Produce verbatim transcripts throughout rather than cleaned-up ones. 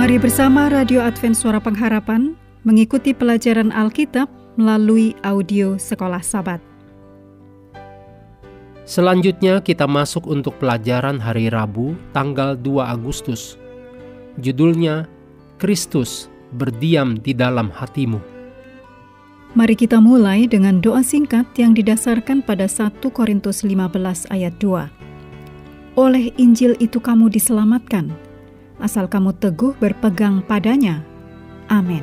Mari bersama Radio Advent Suara Pengharapan mengikuti pelajaran Alkitab melalui audio Sekolah Sabat. Selanjutnya kita masuk untuk pelajaran hari Rabu tanggal dua Agustus. Judulnya, Kristus berdiam di dalam hatimu. Mari kita mulai dengan doa singkat yang didasarkan pada satu Korintus lima belas ayat dua. Oleh Injil itu kamu diselamatkan, asal kamu teguh berpegang padanya. Amin.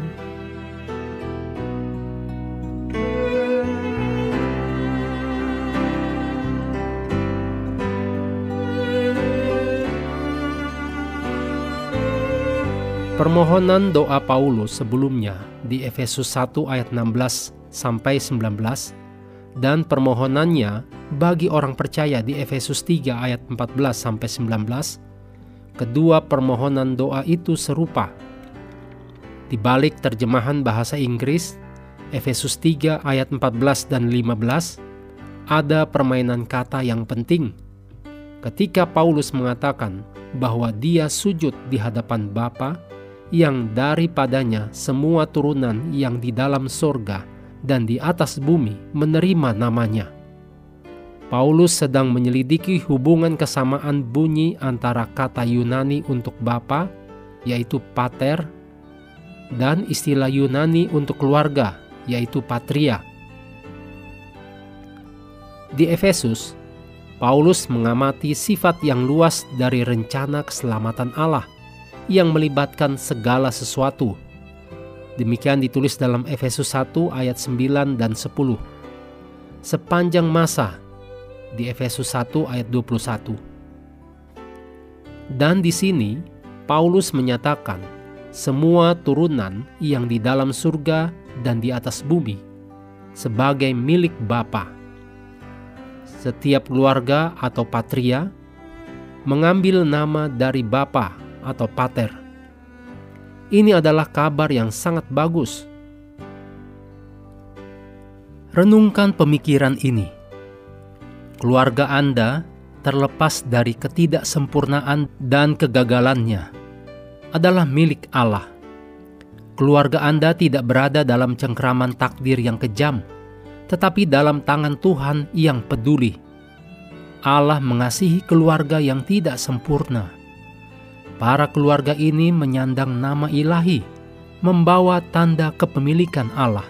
Permohonan doa Paulus sebelumnya di Efesus satu ayat enam belas sampai sembilan belas dan permohonannya bagi orang percaya di Efesus tiga ayat empat belas sampai sembilan belas. Kedua permohonan doa itu serupa. Di balik terjemahan bahasa Inggris Efesus tiga ayat empat belas dan lima belas ada permainan kata yang penting. Ketika Paulus mengatakan bahwa dia sujud di hadapan Bapa yang daripadanya semua turunan yang di dalam sorga dan di atas bumi menerima namanya. Paulus sedang menyelidiki hubungan kesamaan bunyi antara kata Yunani untuk Bapa, yaitu pater, dan istilah Yunani untuk keluarga, yaitu patria. Di Efesus, Paulus mengamati sifat yang luas dari rencana keselamatan Allah yang melibatkan segala sesuatu. Demikian ditulis dalam Efesus satu ayat sembilan dan sepuluh. Sepanjang masa di Efesus satu ayat dua puluh satu. Dan di sini Paulus menyatakan semua turunan yang di dalam surga dan di atas bumi sebagai milik Bapa. Setiap keluarga atau patria mengambil nama dari Bapa atau pater. Ini adalah kabar yang sangat bagus. Renungkan pemikiran ini. Keluarga Anda terlepas dari ketidaksempurnaan dan kegagalannya adalah milik Allah. Keluarga Anda tidak berada dalam cengkraman takdir yang kejam, tetapi dalam tangan Tuhan yang peduli. Allah mengasihi keluarga yang tidak sempurna. Para keluarga ini menyandang nama ilahi, membawa tanda kepemilikan Allah.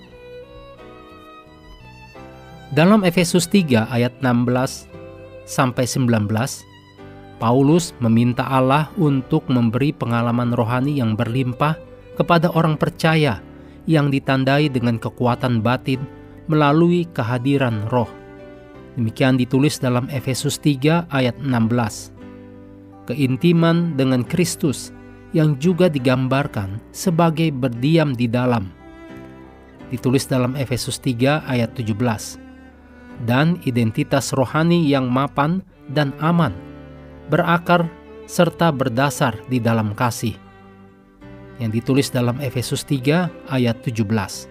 Dalam Efesus tiga ayat enam belas sampai sembilan belas, Paulus meminta Allah untuk memberi pengalaman rohani yang berlimpah kepada orang percaya yang ditandai dengan kekuatan batin melalui kehadiran Roh. Demikian ditulis dalam Efesus tiga ayat enam belas. Keintiman dengan Kristus yang juga digambarkan sebagai berdiam di dalam. Ditulis dalam Efesus tiga ayat tujuh belas. Dan identitas rohani yang mapan dan aman, berakar serta berdasar di dalam kasih. Yang ditulis dalam Efesus tiga ayat tujuh belas.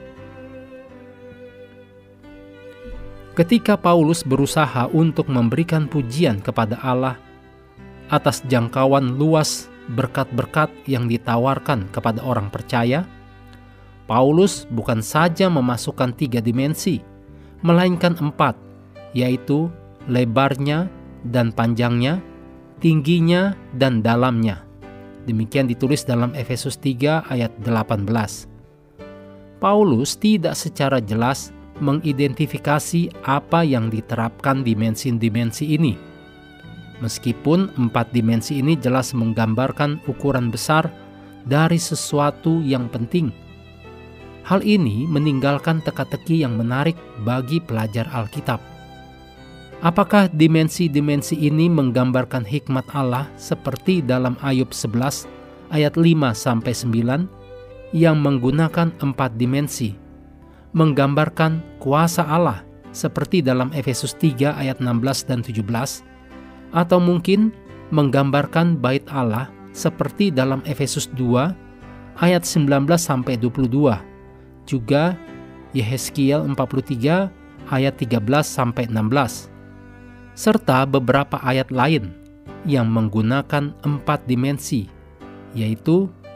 Ketika Paulus berusaha untuk memberikan pujian kepada Allah atas jangkauan luas berkat-berkat yang ditawarkan kepada orang percaya, Paulus bukan saja memasukkan tiga dimensi, melainkan empat, yaitu lebarnya dan panjangnya, tingginya dan dalamnya. Demikian ditulis dalam Efesus tiga ayat delapan belas. Paulus tidak secara jelas mengidentifikasi apa yang diterapkan dimensi-dimensi ini. Meskipun empat dimensi ini jelas menggambarkan ukuran besar dari sesuatu yang penting. Hal ini meninggalkan teka-teki yang menarik bagi pelajar Alkitab. Apakah dimensi-dimensi ini menggambarkan hikmat Allah seperti dalam Ayub sebelas ayat lima sampai sembilan yang menggunakan empat dimensi, menggambarkan kuasa Allah seperti dalam Efesus tiga ayat enam belas dan tujuh belas, atau mungkin menggambarkan bait Allah seperti dalam Efesus dua ayat sembilan belas sampai dua puluh dua, juga Yehezkiel empat puluh tiga ayat tiga belas sampai enam belas, serta beberapa ayat lain yang menggunakan empat dimensi, yaitu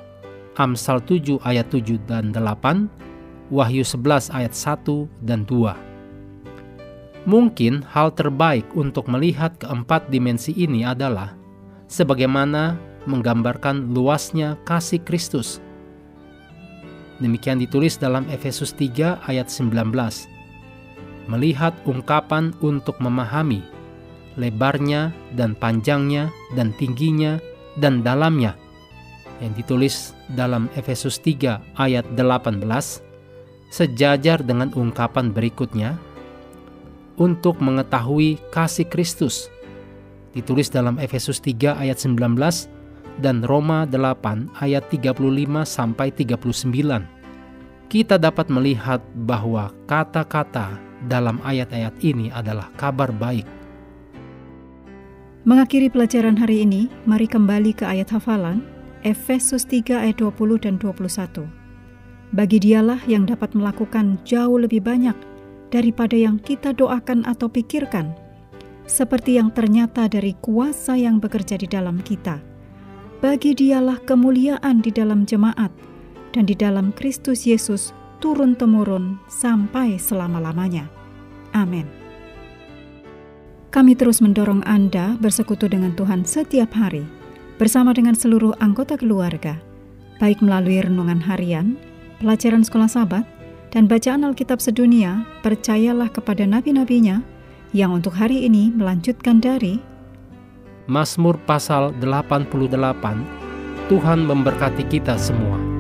Amsal tujuh ayat tujuh dan delapan, Wahyu sebelas ayat satu dan dua. Mungkin hal terbaik untuk melihat keempat dimensi ini adalah sebagaimana menggambarkan luasnya kasih Kristus. Demikian ditulis dalam Efesus tiga ayat sembilan belas. Melihat ungkapan untuk memahami lebarnya dan panjangnya dan tingginya dan dalamnya, yang ditulis dalam Efesus tiga ayat delapan belas, sejajar dengan ungkapan berikutnya, untuk mengetahui kasih Kristus, ditulis dalam Efesus tiga ayat sembilan belas dan Roma delapan ayat tiga puluh lima sampai tiga puluh sembilan. Kita dapat melihat bahwa kata-kata dalam ayat-ayat ini adalah kabar baik. Mengakhiri pelajaran hari ini, mari kembali ke ayat hafalan Efesus tiga ayat dua puluh dan dua puluh satu. Bagi Dialah yang dapat melakukan jauh lebih banyak daripada yang kita doakan atau pikirkan, seperti yang ternyata dari kuasa yang bekerja di dalam kita. Bagi Dialah kemuliaan di dalam jemaat dan di dalam Kristus Yesus turun-temurun sampai selama-lamanya. Amin. Kami terus mendorong Anda bersekutu dengan Tuhan setiap hari, bersama dengan seluruh anggota keluarga, baik melalui renungan harian, pelajaran sekolah Sabat, dan bacaan Alkitab sedunia. Percayalah kepada nabi-nabinya yang untuk hari ini melanjutkan dari Mazmur pasal delapan puluh delapan. Tuhan memberkati kita semua.